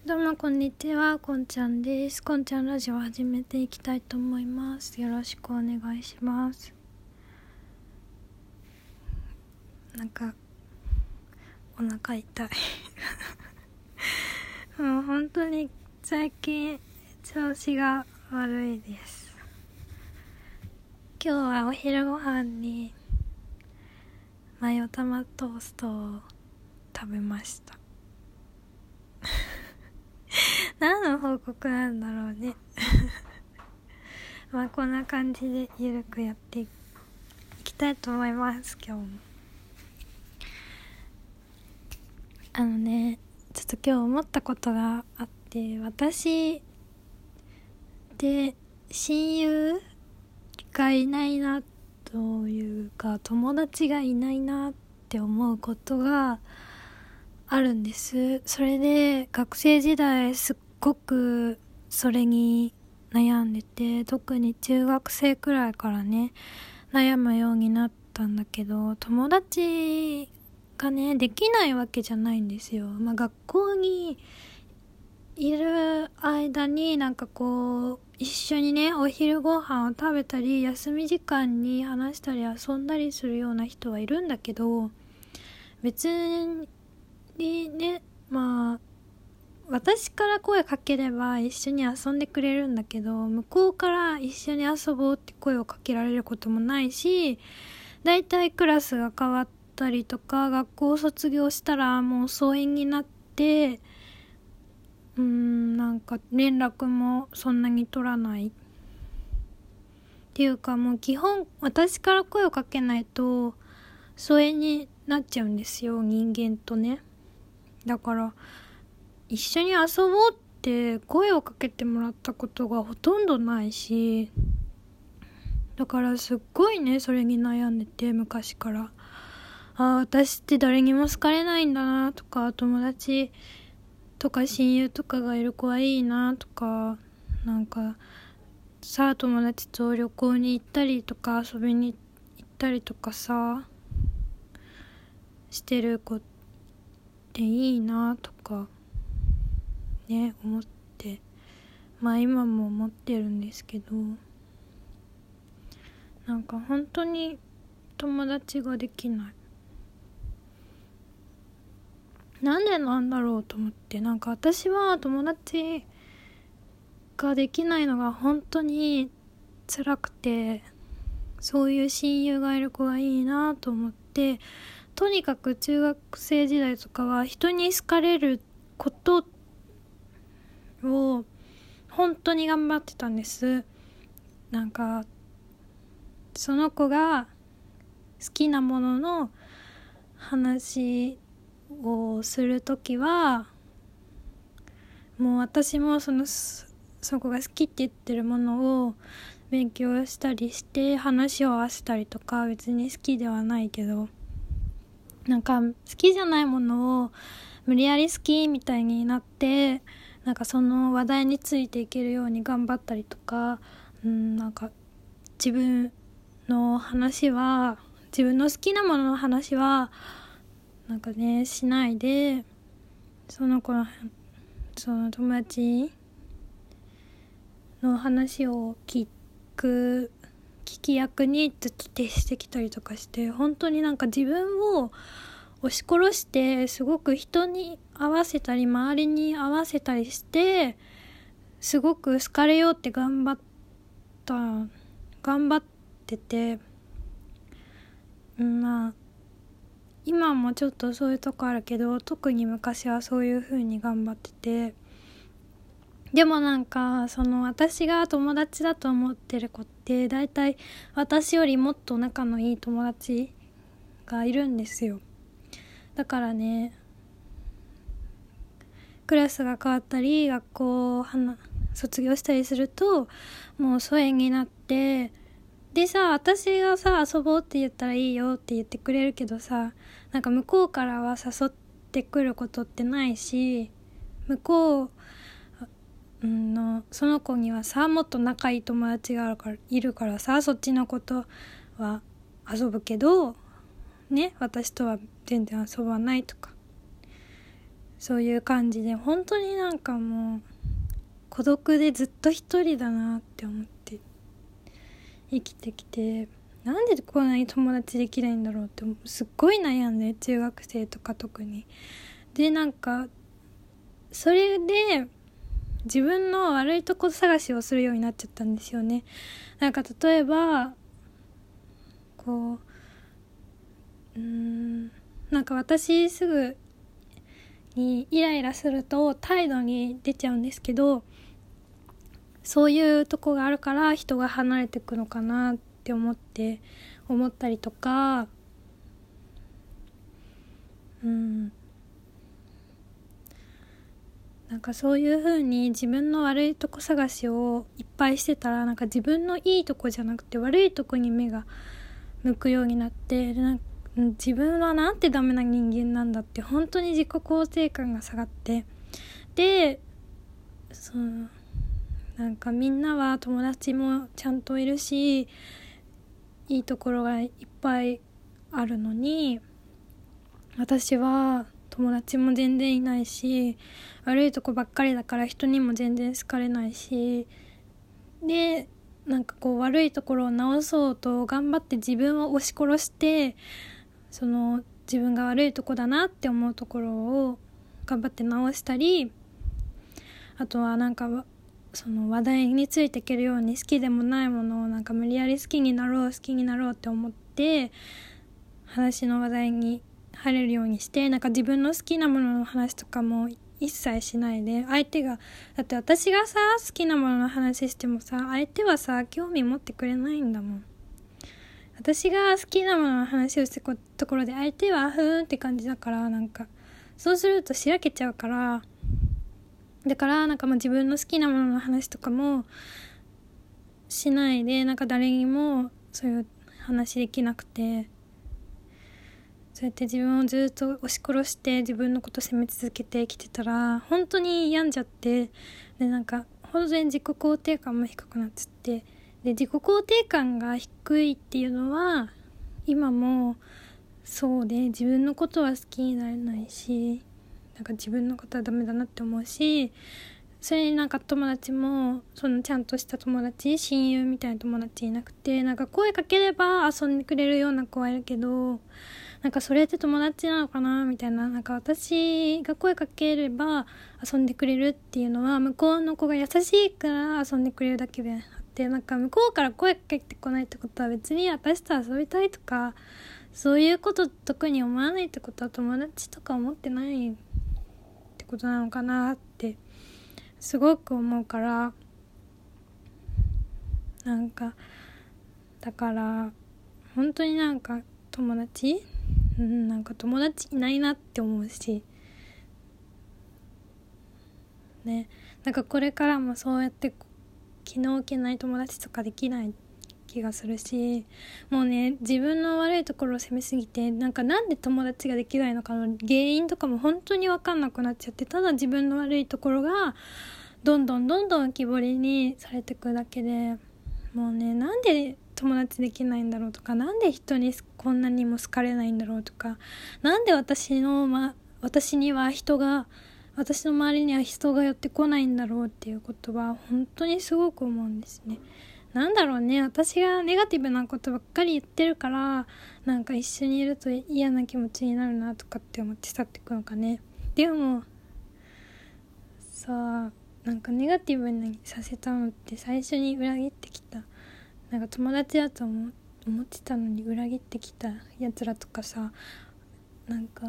どうもこんにちは、こんちゃんです。こんちゃんラジオを始めていきたいと思います。よろしくお願いします。なんかお腹痛いもう本当に最近調子が悪いです。今日はお昼ご飯にマヨ玉トーストを食べました何の報告なんだろうねまあこんな感じでゆるくやっていきたいと思います。今日もちょっと今日思ったことがあって、私で親友がいないなというか、友達がいないなって思うことがあるんです。それで学生時代すっごくそれに悩んでて、特に中学生くらいからね悩むようになったんだけど、友達がねできないわけじゃないんですよ。学校にいる間に一緒にねお昼ご飯を食べたり、休み時間に話したり遊んだりするような人はいるんだけど、別にね私から声かければ一緒に遊んでくれるんだけど、向こうから一緒に遊ぼうって声をかけられることもないし、だいたいクラスが変わったりとか、学校を卒業したらもう疎遠になって、連絡もそんなに取らないっていうか、もう基本私から声をかけないと疎遠になっちゃうんですよ、人間とね。だから一緒に遊ぼうって声をかけてもらったことがほとんどないし、だからすっごいねそれに悩んでて、昔から。私って誰にも好かれないんだなとか、友達とか親友とかがいる子はいいなとか、友達と旅行に行ったりとか遊びに行ったりとかしてる子っていいなとかね思って、今も思ってるんですけど、本当に友達ができない。なんでなんだろうと思って、私は友達ができないのが本当に辛くて、そういう親友がいる子がいいなと思って、とにかく中学生時代とかは人に好かれることを本当に頑張ってたんです。その子が好きなものの話をするときは、もう私もその子が好きって言ってるものを勉強したりして話を合わせたりとか、別に好きではないけど好きじゃないものを無理やり好きみたいになって、その話題についていけるように頑張ったりとか、自分の好きなものの話はしないで、その友達の話を聞き役にずっと徹してきたりとかして、本当に自分を押し殺して、すごく人に合わせたり周りに合わせたりして、すごく好かれようって頑張ってて、今もちょっとそういうとこあるけど、特に昔はそういう風に頑張ってて、でも私が友達だと思ってる子ってだいたい私よりもっと仲のいい友達がいるんですよ。だからね、クラスが変わったり学校を卒業したりするともう疎遠になって、で私が遊ぼうって言ったらいいよって言ってくれるけど向こうからは誘ってくることってないし、向こうその子にはもっと仲いい友達がいるからそっちのことは遊ぶけどね、私とは全然遊ばないとかそういう感じで本当になんかもう孤独でずっと一人だなって思って生きてきて、なんでこんなに友達できないんだろうってすっごい悩んで、中学生とか特に。でなんかそれで自分の悪いとこ探しをするようになっちゃったんですよね。なんか例えばこうなんか私すぐにイライラすると態度に出ちゃうんですけど、そういうとこがあるから人が離れていくのかなって思ったりとか、なんかそういう風に自分の悪いとこ探しをいっぱいしてたら、なんか自分のいいとこじゃなくて悪いとこに目が向くようになって、自分はなんてダメな人間なんだって本当に自己肯定感が下がって、でなんかみんなは友達もちゃんといるしいいところがいっぱいあるのに、私は友達も全然いないし悪いとこばっかりだから人にも全然好かれないし、でなんかこう悪いところを直そうと頑張って自分を押し殺して、その自分が悪いとこだなって思うところを頑張って直したり、あとはなんかその話題についていけるように好きでもないものをなんか無理やり好きになろうって思って話の話題に入れるようにして、なんか自分の好きなものの話とかも一切しないで、相手がだって私がさ好きなものの話してもさ相手はさ興味持ってくれないんだもん。私が好きなものの話をしたところで相手はふーんって感じだから、なんかそうするとしらけちゃうから、だからなんかもう自分の好きなものの話とかもしないで、なんか誰にもそういう話できなくて、そうやって自分をずっと押し殺して自分のこと責め続けて生きてたら本当に病んじゃって、でなんか本当に自己肯定感も低くなっちゃって、で自己肯定感が低いっていうのは今もそうで、自分のことは好きになれないし、なんか自分のことはダメだなって思うし、それになんか友達もそのちゃんとした友達、親友みたいな友達いなくて、なんか声かければ遊んでくれるような子はいるけど、なんかそれって友達なのかなみたいな、なんか私が声かければ遊んでくれるっていうのは向こうの子が優しいから遊んでくれるだけであって、なんか向こうから声かけてこないってことは別に私と遊びたいとかそういうこと特に思わないってことは友達とか思ってないってことなのかなってすごく思うから、なんかだから本当になんかなんか友達いないなって思うしね、なんかこれからもそうやって気の置けない友達とかできない気がするし、もうね自分の悪いところを責めすぎて、なんで友達ができないのかの原因とかも本当に分かんなくなっちゃって、ただ自分の悪いところがどんどん浮き彫りにされていくだけで、もうねなんで友達できないんだろうとか、なんで人にこんなにも好かれないんだろうとか、なんで私には私の周りには人が寄ってこないんだろうっていうことは本当にすごく思うんですね。なんだろうね、私がネガティブなことばっかり言ってるからなんか一緒にいると嫌な気持ちになるなとかって思って去っていくのかね。でもさあ、なんかネガティブにさせたのって最初に裏切ってきた、なんか友達だと思ってたのに裏切ってきたやつらとかさ、なんか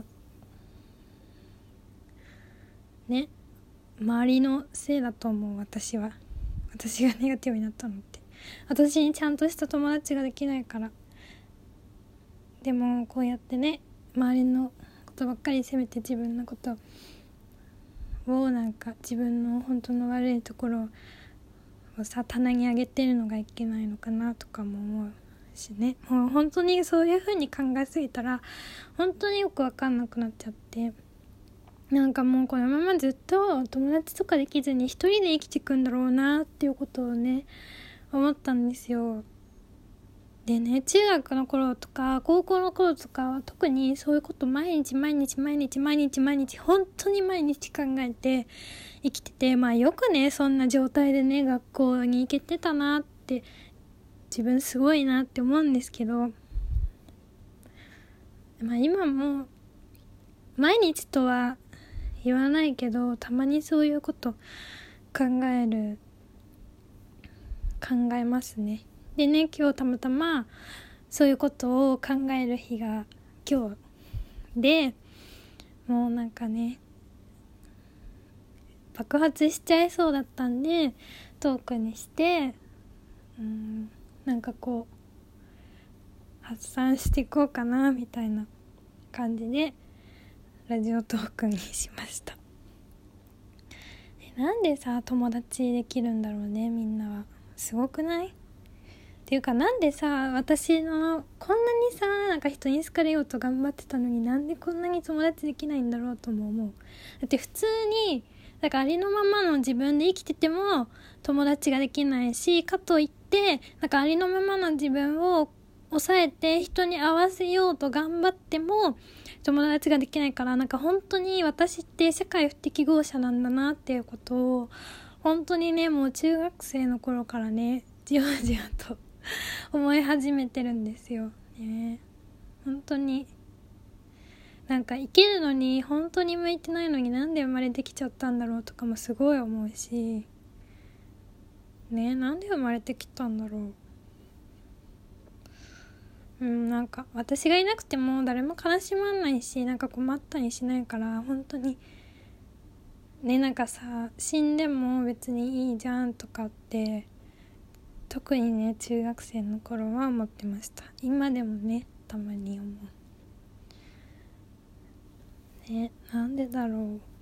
ね、周りのせいだと思う。私がネガティブになったのって私にちゃんとした友達ができないから。でもこうやってね周りのことばっかり責めて自分のことをなんか自分の本当の悪いところをさ棚に上げてるのがいけないのかなとかも思うしね。もう本当にそういう風に考えすぎたら本当によく分かんなくなっちゃって、なんかもうこのままずっと友達とかできずに一人で生きていくんだろうなっていうことをね思ったんですよ。 でね、中学の頃とか高校の頃とかは特にそういうこと毎日本当に毎日考えて生きてて、まあよくねそんな状態でね学校に行けてたなって、自分すごいなって思うんですけど、まあ今も毎日とは言わないけど、たまにそういうこと考えますね。でね、今日たまたまそういうことを考える日が今日で、もうなんかね爆発しちゃいそうだったんでトークにして、なんかこう発散していこうかなみたいな感じでラジオトークにしました。なんでさ友達できるんだろうね、みんなは。すごくない？っていうか、なんでさ私のこんなにさなんか人に好かれようと頑張ってたのに、なんでこんなに友達できないんだろうとも思う。だって普通になんかありのままの自分で生きてても友達ができないし、かといってなんかありのままの自分を抑えて人に合わせようと頑張っても友達ができないから、なんか本当に私って社会不適合者なんだなっていうことを本当にね、もう中学生の頃からねじわじわと思い始めてるんですよね。本当になんか生きるのに本当に向いてないのになんで生まれてきちゃったんだろうとかもすごい思うしね、なんで生まれてきたんだろう。なんか私がいなくても誰も悲しまないし、なんか困ったりしないから、本当にね、なんかさ死んでも別にいいじゃんとかって特にね中学生の頃は思ってました。今でもねたまに思うね。なんでだろう。